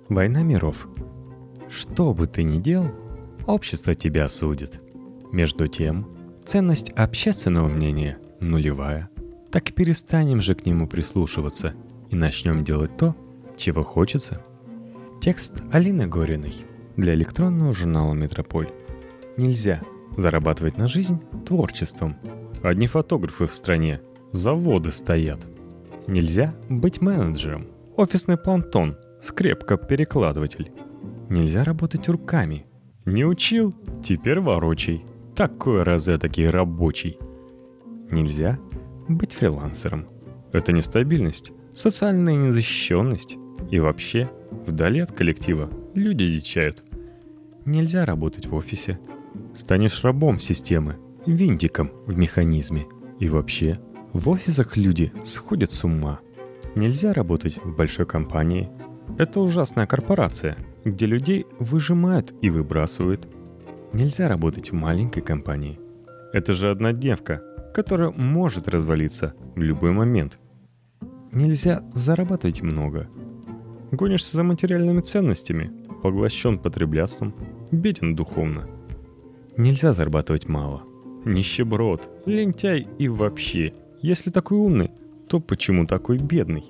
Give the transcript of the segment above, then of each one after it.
Война миров. Что бы ты ни делал, общество тебя осудит. Между тем, ценность общественного мнения нулевая. Так перестанем же к нему прислушиваться и начнем делать то, чего хочется. Текст Алины Гориной для электронного журнала «Метрополь». Нельзя зарабатывать на жизнь творчеством. Одни фотографы в стране, заводы стоят. Нельзя быть менеджером, офисный планктон, скрепка-перекладыватель. Нельзя работать руками. Не учил, теперь ворочай. Такой розетокий рабочий. Нельзя быть фрилансером. Это нестабильность, социальная незащищенность. И вообще, вдали от коллектива люди дичают. Нельзя работать в офисе. Станешь рабом системы, винтиком в механизме. И вообще, в офисах люди сходят с ума. Нельзя работать в большой компании. Это ужасная корпорация, где людей выжимают и выбрасывают. Нельзя работать в маленькой компании. Это же однодневка, которая может развалиться в любой момент. Нельзя зарабатывать много. Гонишься за материальными ценностями, поглощен потреблятством, беден духовно. Нельзя зарабатывать мало. Нищеброд, лентяй и вообще. Если такой умный, то почему такой бедный?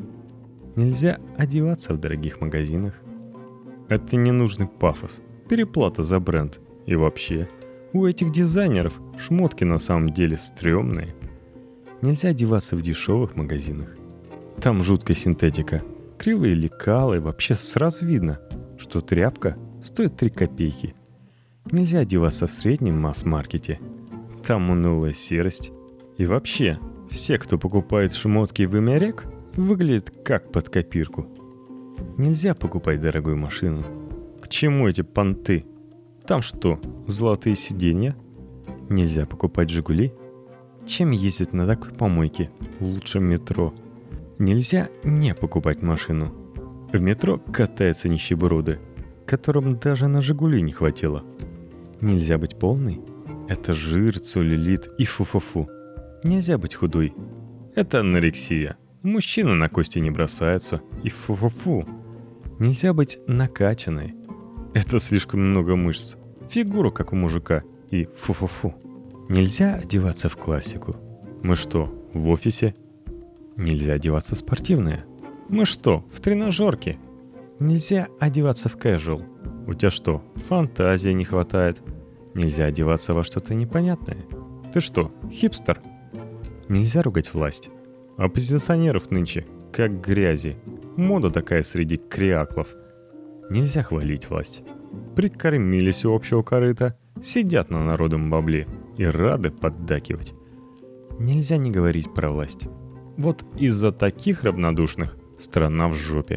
Нельзя одеваться в дорогих магазинах. Это ненужный пафос, переплата за бренд. И вообще, у этих дизайнеров шмотки на самом деле стрёмные. Нельзя одеваться в дешевых магазинах. Там жуткая синтетика, кривые лекалы, вообще сразу видно, что тряпка стоит 3 копейки. Нельзя одеваться в среднем масс-маркете. Там унылая серость. И вообще, все, кто покупает шмотки в имя рек, выглядят как под копирку. Нельзя покупать дорогую машину. К чему эти понты? Там что, золотые сиденья? Нельзя покупать «Жигули»? Чем ездить на такой помойке? Лучше метро. Нельзя не покупать машину. В метро катаются нищеброды, которым даже на «Жигули» не хватило. Нельзя быть полной. Это жир, целлюлит и фу-фу-фу. Нельзя быть худой. Это анорексия. Мужчины на кости не бросаются и фу-фу-фу. Нельзя быть накачанной. Это слишком много мышц. Фигура, как у мужика, и фу-фу-фу. Нельзя одеваться в классику. Мы что, в офисе? Нельзя одеваться в спортивное. Мы что, в тренажерке? Нельзя одеваться в casual. У тебя что, фантазии не хватает? Нельзя одеваться во что-то непонятное. Ты что, хипстер? Нельзя ругать власть. Оппозиционеров нынче, как грязи. Мода такая среди кряклов. Нельзя хвалить власть. Прикормились у общего корыта, сидят на народном бабле и рады поддакивать. Нельзя не говорить про власть. Вот из-за таких равнодушных страна в жопе.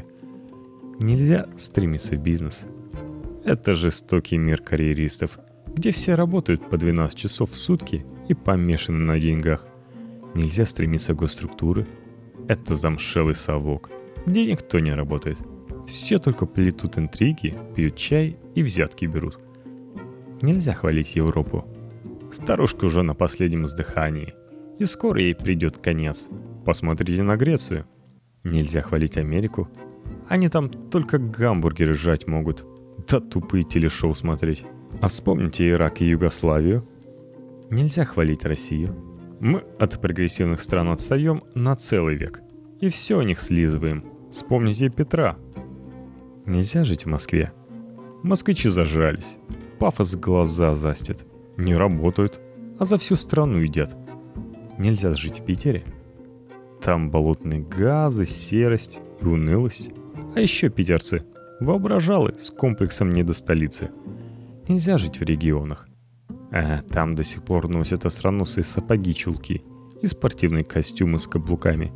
Нельзя стремиться в бизнес. Это жестокий мир карьеристов, где все работают по 12 часов в сутки и помешаны на деньгах. Нельзя стремиться к госструктуры. Это замшелый совок, где никто не работает. Все только плетут интриги, пьют чай и взятки берут. Нельзя хвалить Европу. Старушка уже на последнем издыхании, и скоро ей придет конец. Посмотрите на Грецию. Нельзя хвалить Америку. Они там только гамбургеры жрать могут, да тупые телешоу смотреть. А вспомните Ирак и Югославию. Нельзя хвалить Россию. Мы от прогрессивных стран отстаем на целый век. И все у них слизываем. Вспомните Петра. Нельзя жить в Москве. Москвичи зажрались. Пафос глаза застит. Не работают, а за всю страну едят. Нельзя жить в Питере. Там болотные газы, серость и унылость. А еще питерцы воображалы с комплексом не до столицы. Нельзя жить в регионах. Там до сих пор носят остроносые сапоги-чулки и спортивные костюмы с каблуками.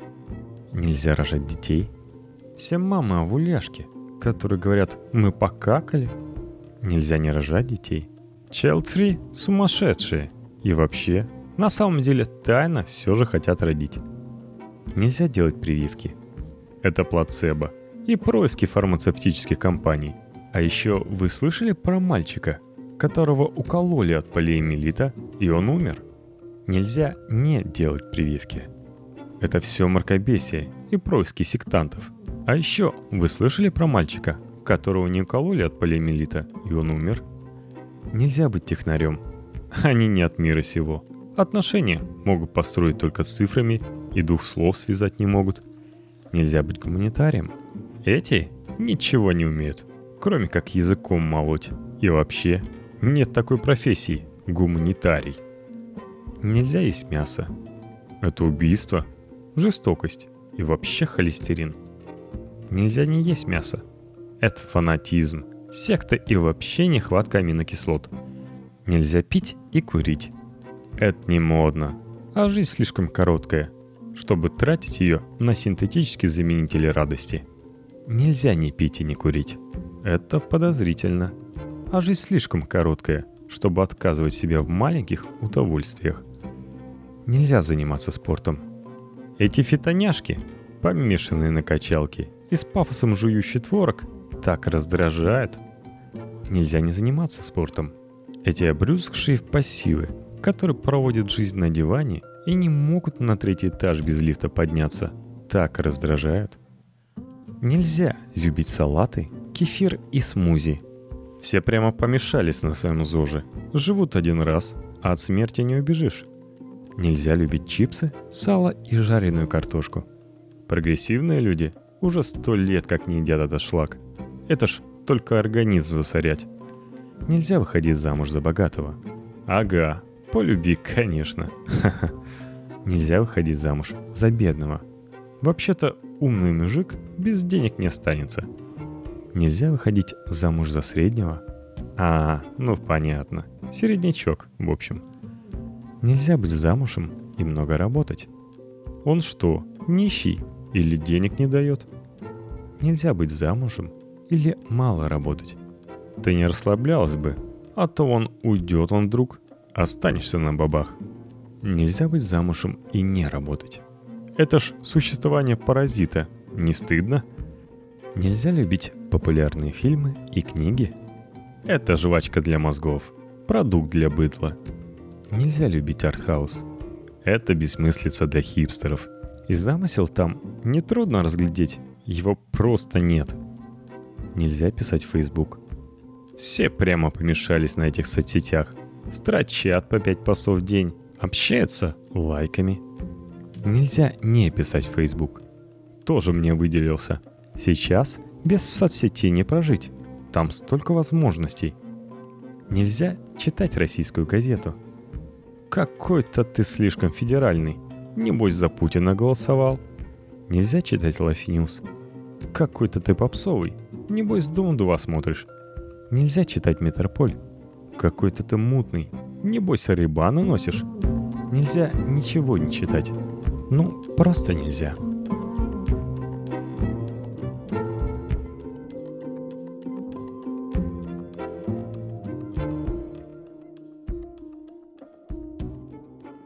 Нельзя рожать детей. Все мамы овуляшки, которые говорят «мы покакали». Нельзя не рожать детей. Child-free сумасшедшие. И вообще, на самом деле тайно все же хотят родить. Нельзя делать прививки. Это плацебо и происки фармацевтических компаний. А еще вы слышали про мальчика, которого укололи от полиомиелита, и он умер? Нельзя не делать прививки. Это все мракобесие и происки сектантов. А еще вы слышали про мальчика, которого не укололи от полиомиелита, и он умер? Нельзя быть технарем. Они не от мира сего. Отношения могут построить только с цифрами и двух слов связать не могут. Нельзя быть гуманитарием. Эти ничего не умеют, кроме как языком молоть. И вообще, нет такой профессии – гуманитарий. Нельзя есть мясо. Это убийство, жестокость и вообще холестерин. Нельзя не есть мясо. Это фанатизм, секта и вообще нехватка аминокислот. Нельзя пить и курить. Это не модно, а жизнь слишком короткая, чтобы тратить ее на синтетические заменители радости. Нельзя не пить и не курить. Это подозрительно. А жизнь слишком короткая, чтобы отказывать себе в маленьких удовольствиях. Нельзя заниматься спортом. Эти фитоняшки, помешанные на качалке и с пафосом жующий творог, так раздражают. Нельзя не заниматься спортом. Эти обрюзгшие пассивы, которые проводят жизнь на диване и не могут на 3-й этаж без лифта подняться, так раздражают. Нельзя любить салаты, кефир и смузи. Все прямо помешались на своем ЗОЖе. Живут один раз, а от смерти не убежишь. Нельзя любить чипсы, сало и жареную картошку. Прогрессивные люди уже 100 лет как не едят этот шлак. Это ж только организм засорять. Нельзя выходить замуж за богатого. Ага, по любви, конечно. Нельзя выходить замуж за бедного. Вообще-то умный мужик без денег не останется. Нельзя выходить замуж за среднего. Ну понятно. Середнячок, в общем. Нельзя быть замужем и много работать. Он что, нищий или денег не дает? Нельзя быть замужем или мало работать. Ты не расслаблялась бы, а то он уйдет вдруг, останешься на бабах. Нельзя быть замужем и не работать. Это ж существование паразита, не стыдно? Нельзя любить популярные фильмы и книги. Это жвачка для мозгов, продукт для быдла. Нельзя любить артхаус. Это бессмыслица для хипстеров. И замысел там нетрудно разглядеть, его просто нет. Нельзя писать в Facebook. Все прямо помешались на этих соцсетях. Строчат по 5 постов в день, общаются лайками. Нельзя не писать в Facebook. Тоже мне выделился. Сейчас без соцсетей не прожить. Там столько возможностей. Нельзя читать российскую газету. Какой-то ты слишком федеральный. Небось за Путина голосовал. Нельзя читать Life News. Какой-то ты попсовый. Небось Дом-2 смотришь. Нельзя читать Метрополь. Какой-то ты мутный. Небось Рыбана носишь. Нельзя ничего не читать. Ну, просто нельзя.